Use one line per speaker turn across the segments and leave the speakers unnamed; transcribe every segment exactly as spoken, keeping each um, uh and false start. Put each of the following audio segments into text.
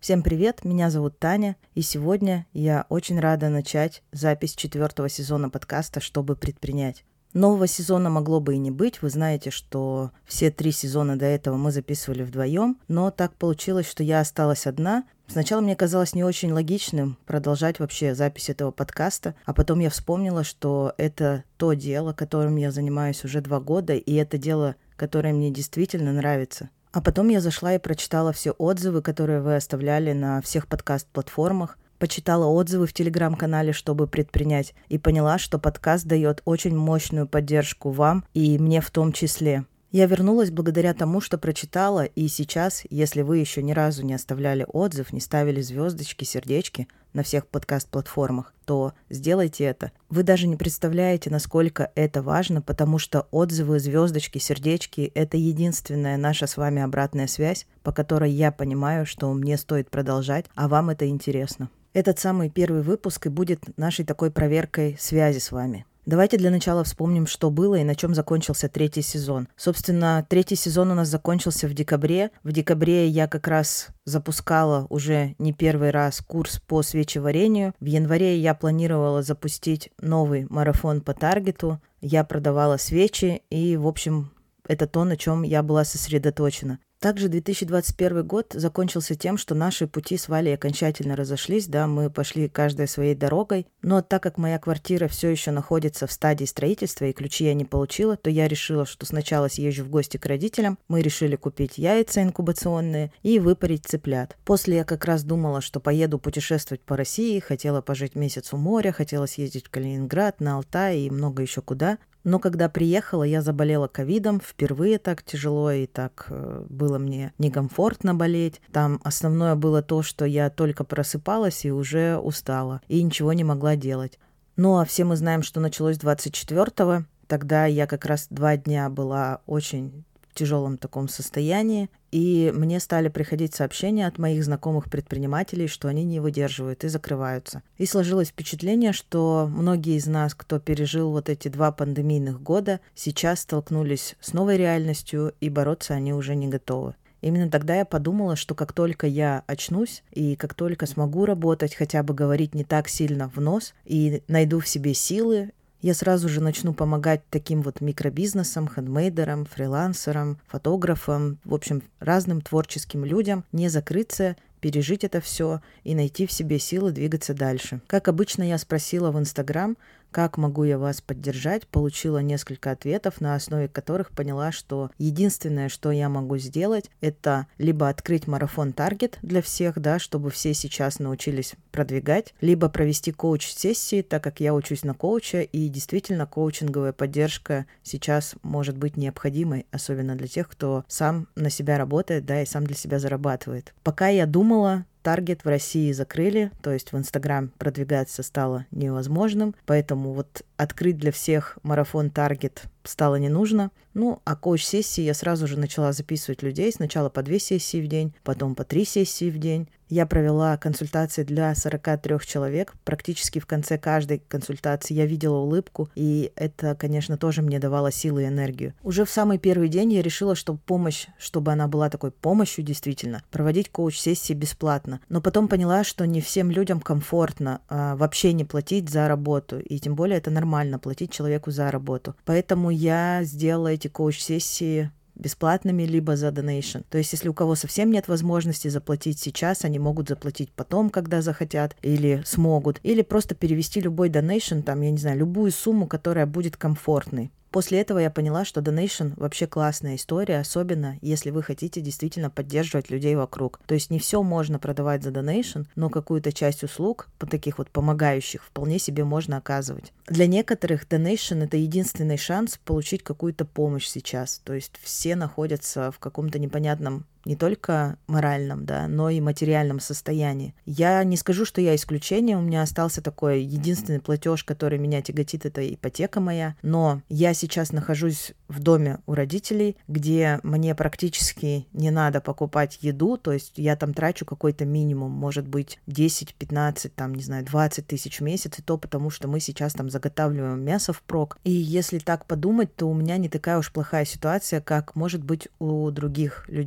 Всем привет, меня зовут Таня, и сегодня я очень рада начать запись четвертого сезона подкаста «Чтобы предпринять». Нового сезона могло бы и не быть, вы знаете, что все три сезона до этого мы записывали вдвоем, но так получилось, что я осталась одна. Сначала мне казалось не очень логичным продолжать вообще запись этого подкаста, а потом я вспомнила, что это то дело, которым я занимаюсь уже два года, и это дело, которое мне действительно нравится. А потом я зашла и прочитала все отзывы, которые вы оставляли на всех подкаст-платформах, почитала отзывы в телеграм-канале «Чтобы предпринять» и поняла, что подкаст дает очень мощную поддержку вам и мне в том числе. Я вернулась благодаря тому, что прочитала, и сейчас, если вы еще ни разу не оставляли отзыв, не ставили звездочки, сердечки на всех подкаст-платформах, то сделайте это. Вы даже не представляете, насколько это важно, потому что отзывы, звездочки, сердечки — это единственная наша с вами обратная связь, по которой я понимаю, что мне стоит продолжать, а вам это интересно. Этот самый первый выпуск и будет нашей такой проверкой связи с вами. Давайте для начала вспомним, что было и на чем закончился третий сезон. Собственно, третий сезон у нас закончился в декабре. В декабре я как раз запускала уже не первый раз курс по свечеварению. В январе я планировала запустить новый марафон по таргету. Я продавала свечи, и, в общем, это то, на чем я была сосредоточена. Также две тысячи двадцать первый год закончился тем, что наши пути с Валей окончательно разошлись, да, мы пошли каждой своей дорогой, но так как моя квартира все еще находится в стадии строительства и ключи я не получила, то я решила, что сначала съезжу в гости к родителям, мы решили купить яйца инкубационные и выпарить цыплят. После я как раз думала, что поеду путешествовать по России, хотела пожить месяц у моря, хотела съездить в Калининград, на Алтай и много еще куда. Но когда приехала, я заболела ковидом, впервые так тяжело и так э, было мне некомфортно болеть. Там основное было то, что я только просыпалась и уже устала, и ничего не могла делать. Ну а все мы знаем, что началось двадцать четвёртого. Тогда я как раз два дня была очень в тяжелом таком состоянии, и мне стали приходить сообщения от моих знакомых предпринимателей, что они не выдерживают и закрываются. И сложилось впечатление, что многие из нас, кто пережил вот эти два пандемийных года, сейчас столкнулись с новой реальностью, и бороться они уже не готовы. Именно тогда я подумала, что как только я очнусь и как только смогу работать, хотя бы говорить не так сильно в нос, и найду в себе силы, я сразу же начну помогать таким вот микробизнесам, хендмейдерам, фрилансерам, фотографам, в общем, разным творческим людям не закрыться, пережить это все и найти в себе силы двигаться дальше. Как обычно, я спросила в Инстаграм, как могу я вас поддержать, получила несколько ответов, на основе которых поняла, что единственное, что я могу сделать, это либо открыть марафон Таргет для всех, да, чтобы все сейчас научились продвигать, либо провести коуч-сессии, так как я учусь на коуча, и действительно коучинговая поддержка сейчас может быть необходимой, особенно для тех, кто сам на себя работает, да, и сам для себя зарабатывает. Пока я думала, Таргет в России закрыли, то есть в Инстаграм продвигаться стало невозможным, поэтому вот открыть для всех марафон Таргет стало не нужно. Ну, а коуч-сессии я сразу же начала записывать людей, сначала по две сессии в день, потом по три сессии в день. Я провела консультации для сорок три человек. Практически в конце каждой консультации я видела улыбку, и это, конечно, тоже мне давало силы и энергию. Уже в самый первый день я решила, что помощь, чтобы она была такой помощью действительно, проводить коуч-сессии бесплатно. Но потом поняла, что не всем людям комфортно а, вообще не платить за работу, и тем более это нормально, платить человеку за работу. Поэтому я сделала эти коуч-сессии бесплатными, либо за донейшн. То есть, если у кого совсем нет возможности заплатить сейчас, они могут заплатить потом, когда захотят, или смогут, или просто перевести любой донейшн, там, я не знаю, любую сумму, которая будет комфортной. После этого я поняла, что донейшн вообще классная история, особенно если вы хотите действительно поддерживать людей вокруг. То есть не все можно продавать за донейшн, но какую-то часть услуг, по таких вот помогающих, вполне себе можно оказывать. Для некоторых донейшн — это единственный шанс получить какую-то помощь сейчас. То есть все находятся в каком-то непонятном не только моральном, да, но и материальном состоянии. Я не скажу, что я исключение, у меня остался такой единственный платеж, который меня тяготит, это ипотека моя, но я сейчас нахожусь в доме у родителей, где мне практически не надо покупать еду, то есть я там трачу какой-то минимум, может быть десять, пятнадцать, там, не знаю, двадцать тысяч в месяц, и то потому, что мы сейчас там заготавливаем мясо впрок. И если так подумать, то у меня не такая уж плохая ситуация, как может быть у других людей.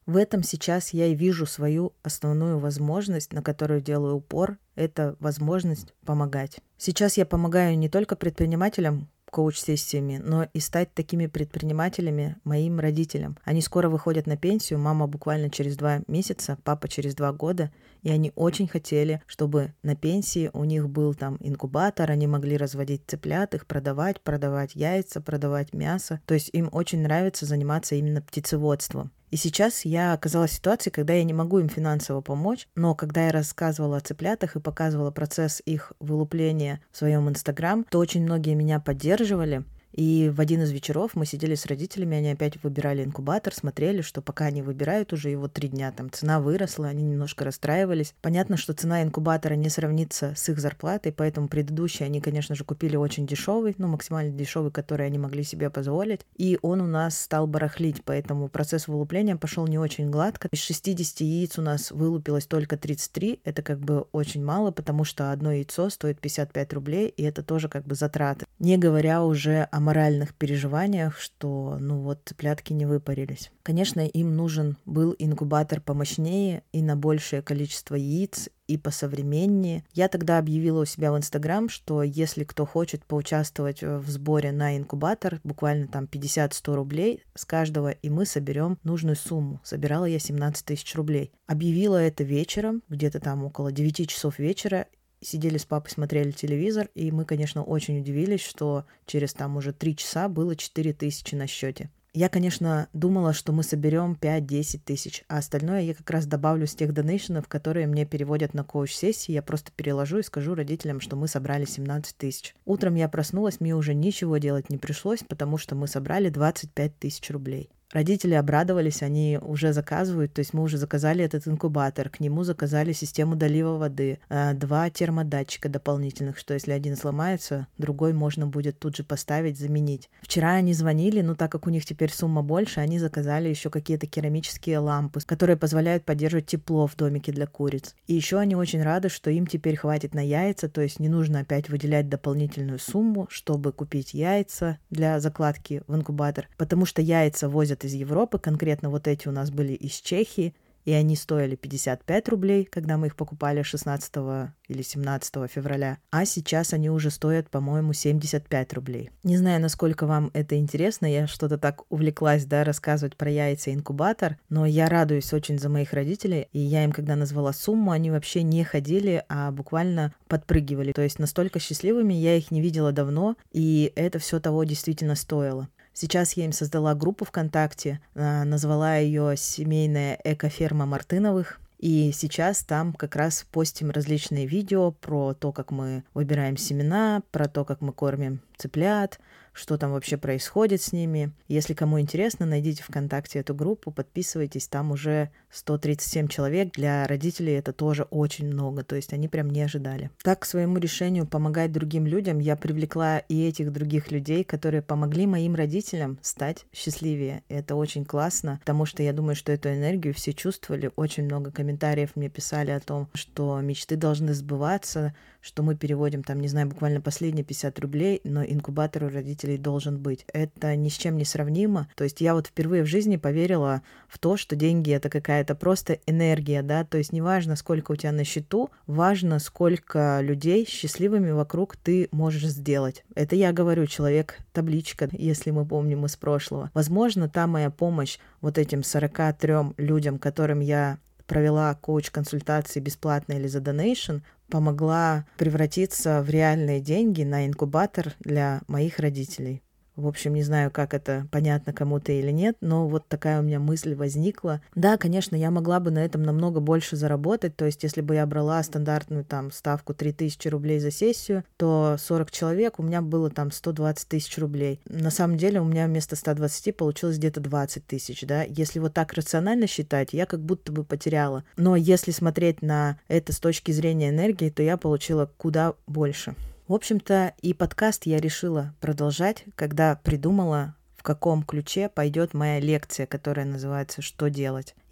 В этом сейчас я и вижу свою основную возможность, на которую делаю упор, это возможность помогать. Сейчас я помогаю не только предпринимателям коуч-сессиями, но и стать такими предпринимателями моим родителям. Они скоро выходят на пенсию, мама буквально через два месяца, папа через два года, и они очень хотели, чтобы на пенсии у них был там инкубатор, они могли разводить цыплят, их продавать, продавать яйца, продавать мясо. То есть им очень нравится заниматься именно птицеводством. И сейчас я оказалась в ситуации, когда я не могу им финансово помочь, но когда я рассказывала о цыплятах и показывала процесс их вылупления в своем Инстаграм, то очень многие меня поддерживали. И в один из вечеров мы сидели с родителями, они опять выбирали инкубатор, смотрели, что пока они выбирают уже его три дня, там цена выросла, они немножко расстраивались. Понятно, что цена инкубатора не сравнится с их зарплатой, поэтому предыдущие они, конечно же, купили очень дешевый, ну, максимально дешевый, который они могли себе позволить. И он у нас стал барахлить, поэтому процесс вылупления пошел не очень гладко. Из шестидесяти яиц у нас вылупилось только тридцать три, это как бы очень мало, потому что одно яйцо стоит пятьдесят пять рублей, и это тоже как бы затраты. Не говоря уже о моральных переживаниях, что, ну вот, цыплятки не выпарились. Конечно, им нужен был инкубатор помощнее и на большее количество яиц, и посовременнее. Я тогда объявила у себя в Инстаграм, что если кто хочет поучаствовать в сборе на инкубатор, буквально там пятьдесят-сто рублей с каждого, и мы соберем нужную сумму. Собирала я семнадцать тысяч рублей. Объявила это вечером, где-то там около девяти часов вечера, сидели с папой, смотрели телевизор, и мы, конечно, очень удивились, что через там уже три часа было четыре тысячи на счете. Я, конечно, думала, что мы соберем пять-десять тысяч, а остальное я как раз добавлю с тех донейшенов, которые мне переводят на коуч-сессии. Я просто переложу и скажу родителям, что мы собрали семнадцать тысяч. Утром я проснулась, мне уже ничего делать не пришлось, потому что мы собрали двадцать пять тысяч рублей. Родители обрадовались, они уже заказывают, то есть мы уже заказали этот инкубатор, к нему заказали систему долива воды, два термодатчика дополнительных, что если один сломается, другой можно будет тут же поставить, заменить. Вчера они звонили, но так как у них теперь сумма больше, они заказали еще какие-то керамические лампы, которые позволяют поддерживать тепло в домике для куриц. И еще они очень рады, что им теперь хватит на яйца, то есть не нужно опять выделять дополнительную сумму, чтобы купить яйца для закладки в инкубатор, потому что яйца возят из Европы, конкретно вот эти у нас были из Чехии, и они стоили пятьдесят пять рублей, когда мы их покупали шестнадцатого или семнадцатого февраля, а сейчас они уже стоят, по-моему, семьдесят пять рублей. Не знаю, насколько вам это интересно, я что-то так увлеклась, да, рассказывать про яйца и инкубатор, но я радуюсь очень за моих родителей, и я им, когда назвала сумму, они вообще не ходили, а буквально подпрыгивали, то есть настолько счастливыми я их не видела давно, и это все того действительно стоило. Сейчас я им создала группу ВКонтакте, назвала ее «Семейная экоферма Мартыновых». И сейчас там как раз постим различные видео про то, как мы выбираем семена, про то, как мы кормим цыплят, что там вообще происходит с ними. Если кому интересно, найдите ВКонтакте эту группу, подписывайтесь, там уже сто тридцать семь человек. Для родителей это тоже очень много, то есть они прям не ожидали. Так, к своему решению помогать другим людям я привлекла и этих других людей, которые помогли моим родителям стать счастливее. И это очень классно, потому что я думаю, что эту энергию все чувствовали. Очень много комментариев мне писали о том, что мечты должны сбываться, что мы переводим там, не знаю, буквально последние пятьдесят рублей, но инкубатор у родителей должен быть. Это ни с чем не сравнимо. То есть я вот впервые в жизни поверила в то, что деньги — это какая-то просто энергия, да, то есть неважно, сколько у тебя на счету, важно, сколько людей счастливыми вокруг ты можешь сделать. Это я говорю, человек-табличка, если мы помним из прошлого. Возможно, та моя помощь вот этим сорока трём людям, которым я провела коуч-консультации бесплатно или за донейшн, помогла превратиться в реальные деньги на инкубатор для моих родителей. В общем, не знаю, как это понятно кому-то или нет, но вот такая у меня мысль возникла. Да, конечно, я могла бы на этом намного больше заработать, то есть если бы я брала стандартную там ставку три тысячи рублей за сессию, то сорок человек, у меня было там сто двадцать тысяч рублей. На самом деле у меня вместо ста двадцати получилось где-то двадцать тысяч, да. Если вот так рационально считать, я как будто бы потеряла. Но если смотреть на это с точки зрения энергии, то я получила куда больше. В общем-то, и подкаст я решила продолжать, когда придумала, в каком ключе пойдет моя лекция, которая называется «Что делать?».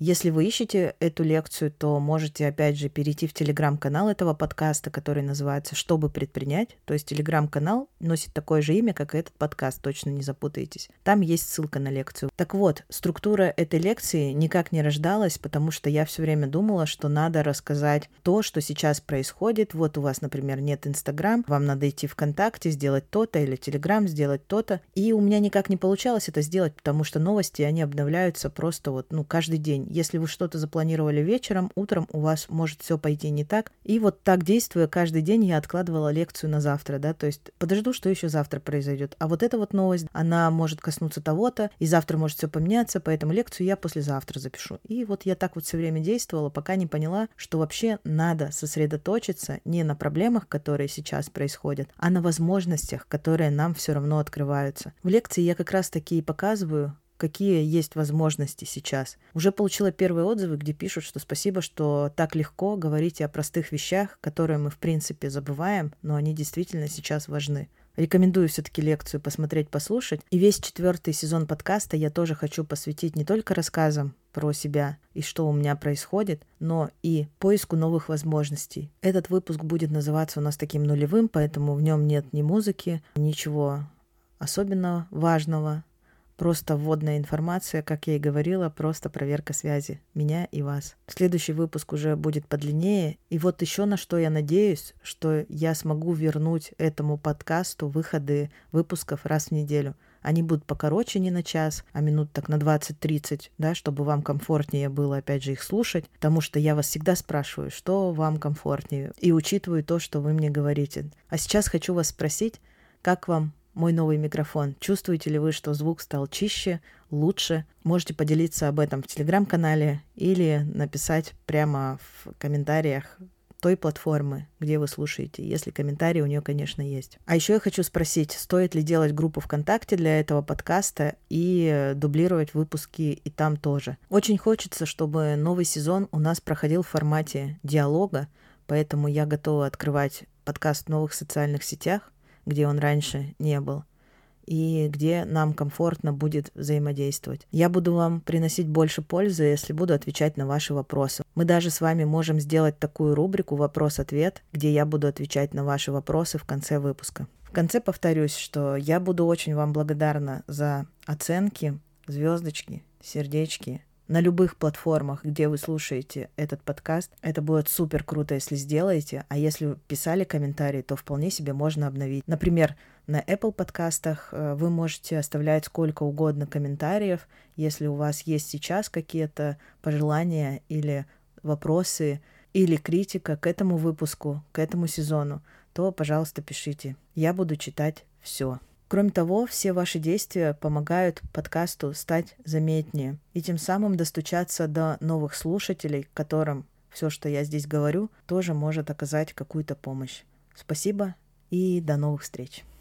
Если вы ищете эту лекцию, то можете опять же перейти в телеграм-канал этого подкаста, который называется «Чтобы предпринять». То есть телеграм-канал носит такое же имя, как и этот подкаст, точно не запутаетесь. Там есть ссылка на лекцию. Так вот, структура этой лекции никак не рождалась, потому что я все время думала, что надо рассказать то, что сейчас происходит. Вот у вас, например, нет Инстаграм, вам надо идти ВКонтакте, сделать то-то, или Телеграм, сделать то-то. И у меня никак не получалось это сделать, потому что новости, они обновляются просто вот, ну, каждый день. Если вы что-то запланировали вечером, утром у вас может все пойти не так. И вот так действуя, каждый день я откладывала лекцию на завтра, да, то есть подожду, что еще завтра произойдет. А вот эта вот новость, она может коснуться того-то, и завтра может все поменяться, поэтому лекцию я послезавтра запишу. И вот я так вот все время действовала, пока не поняла, что вообще надо сосредоточиться не на проблемах, которые сейчас происходят, а на возможностях, которые нам все равно открываются. В лекции я как раз таки и показываю, какие есть возможности сейчас. Уже получила первые отзывы, где пишут, что спасибо, что так легко говорите о простых вещах, которые мы в принципе забываем, но они действительно сейчас важны. Рекомендую все-таки лекцию посмотреть, послушать. И весь четвертый сезон подкаста я тоже хочу посвятить не только рассказам про себя и что у меня происходит, но и поиску новых возможностей. Этот выпуск будет называться у нас таким нулевым, поэтому в нем нет ни музыки, ничего особенно важного. Просто вводная информация, как я и говорила, просто проверка связи меня и вас. Следующий выпуск уже будет подлиннее. И вот еще на что я надеюсь, что я смогу вернуть этому подкасту выходы выпусков раз в неделю. Они будут покороче, не на час, а минут так на двадцать-тридцать, да, чтобы вам комфортнее было, опять же, их слушать, потому что я вас всегда спрашиваю, что вам комфортнее, и учитываю то, что вы мне говорите. А сейчас хочу вас спросить, как вам мой новый микрофон? Чувствуете ли вы, что звук стал чище, лучше? Можете поделиться об этом в телеграм-канале или написать прямо в комментариях той платформы, где вы слушаете, если комментарии у нее, конечно, есть. А еще я хочу спросить, стоит ли делать группу ВКонтакте для этого подкаста и дублировать выпуски и там тоже. Очень хочется, чтобы новый сезон у нас проходил в формате диалога, поэтому я готова открывать подкаст в новых социальных сетях, где он раньше не был, и где нам комфортно будет взаимодействовать. Я буду вам приносить больше пользы, если буду отвечать на ваши вопросы. Мы даже с вами можем сделать такую рубрику «Вопрос-ответ», где я буду отвечать на ваши вопросы в конце выпуска. В конце повторюсь, что я буду очень вам благодарна за оценки, звездочки, сердечки, на любых платформах, где вы слушаете этот подкаст. Это будет супер круто, если сделаете. А если писали комментарии, то вполне себе можно обновить. Например, на Apple подкастах вы можете оставлять сколько угодно комментариев. Если у вас есть сейчас какие-то пожелания или вопросы, или критика к этому выпуску, к этому сезону, то, пожалуйста, пишите. Я буду читать все. Кроме того, все ваши действия помогают подкасту стать заметнее и тем самым достучаться до новых слушателей, которым все, что я здесь говорю, тоже может оказать какую-то помощь. Спасибо и до новых встреч.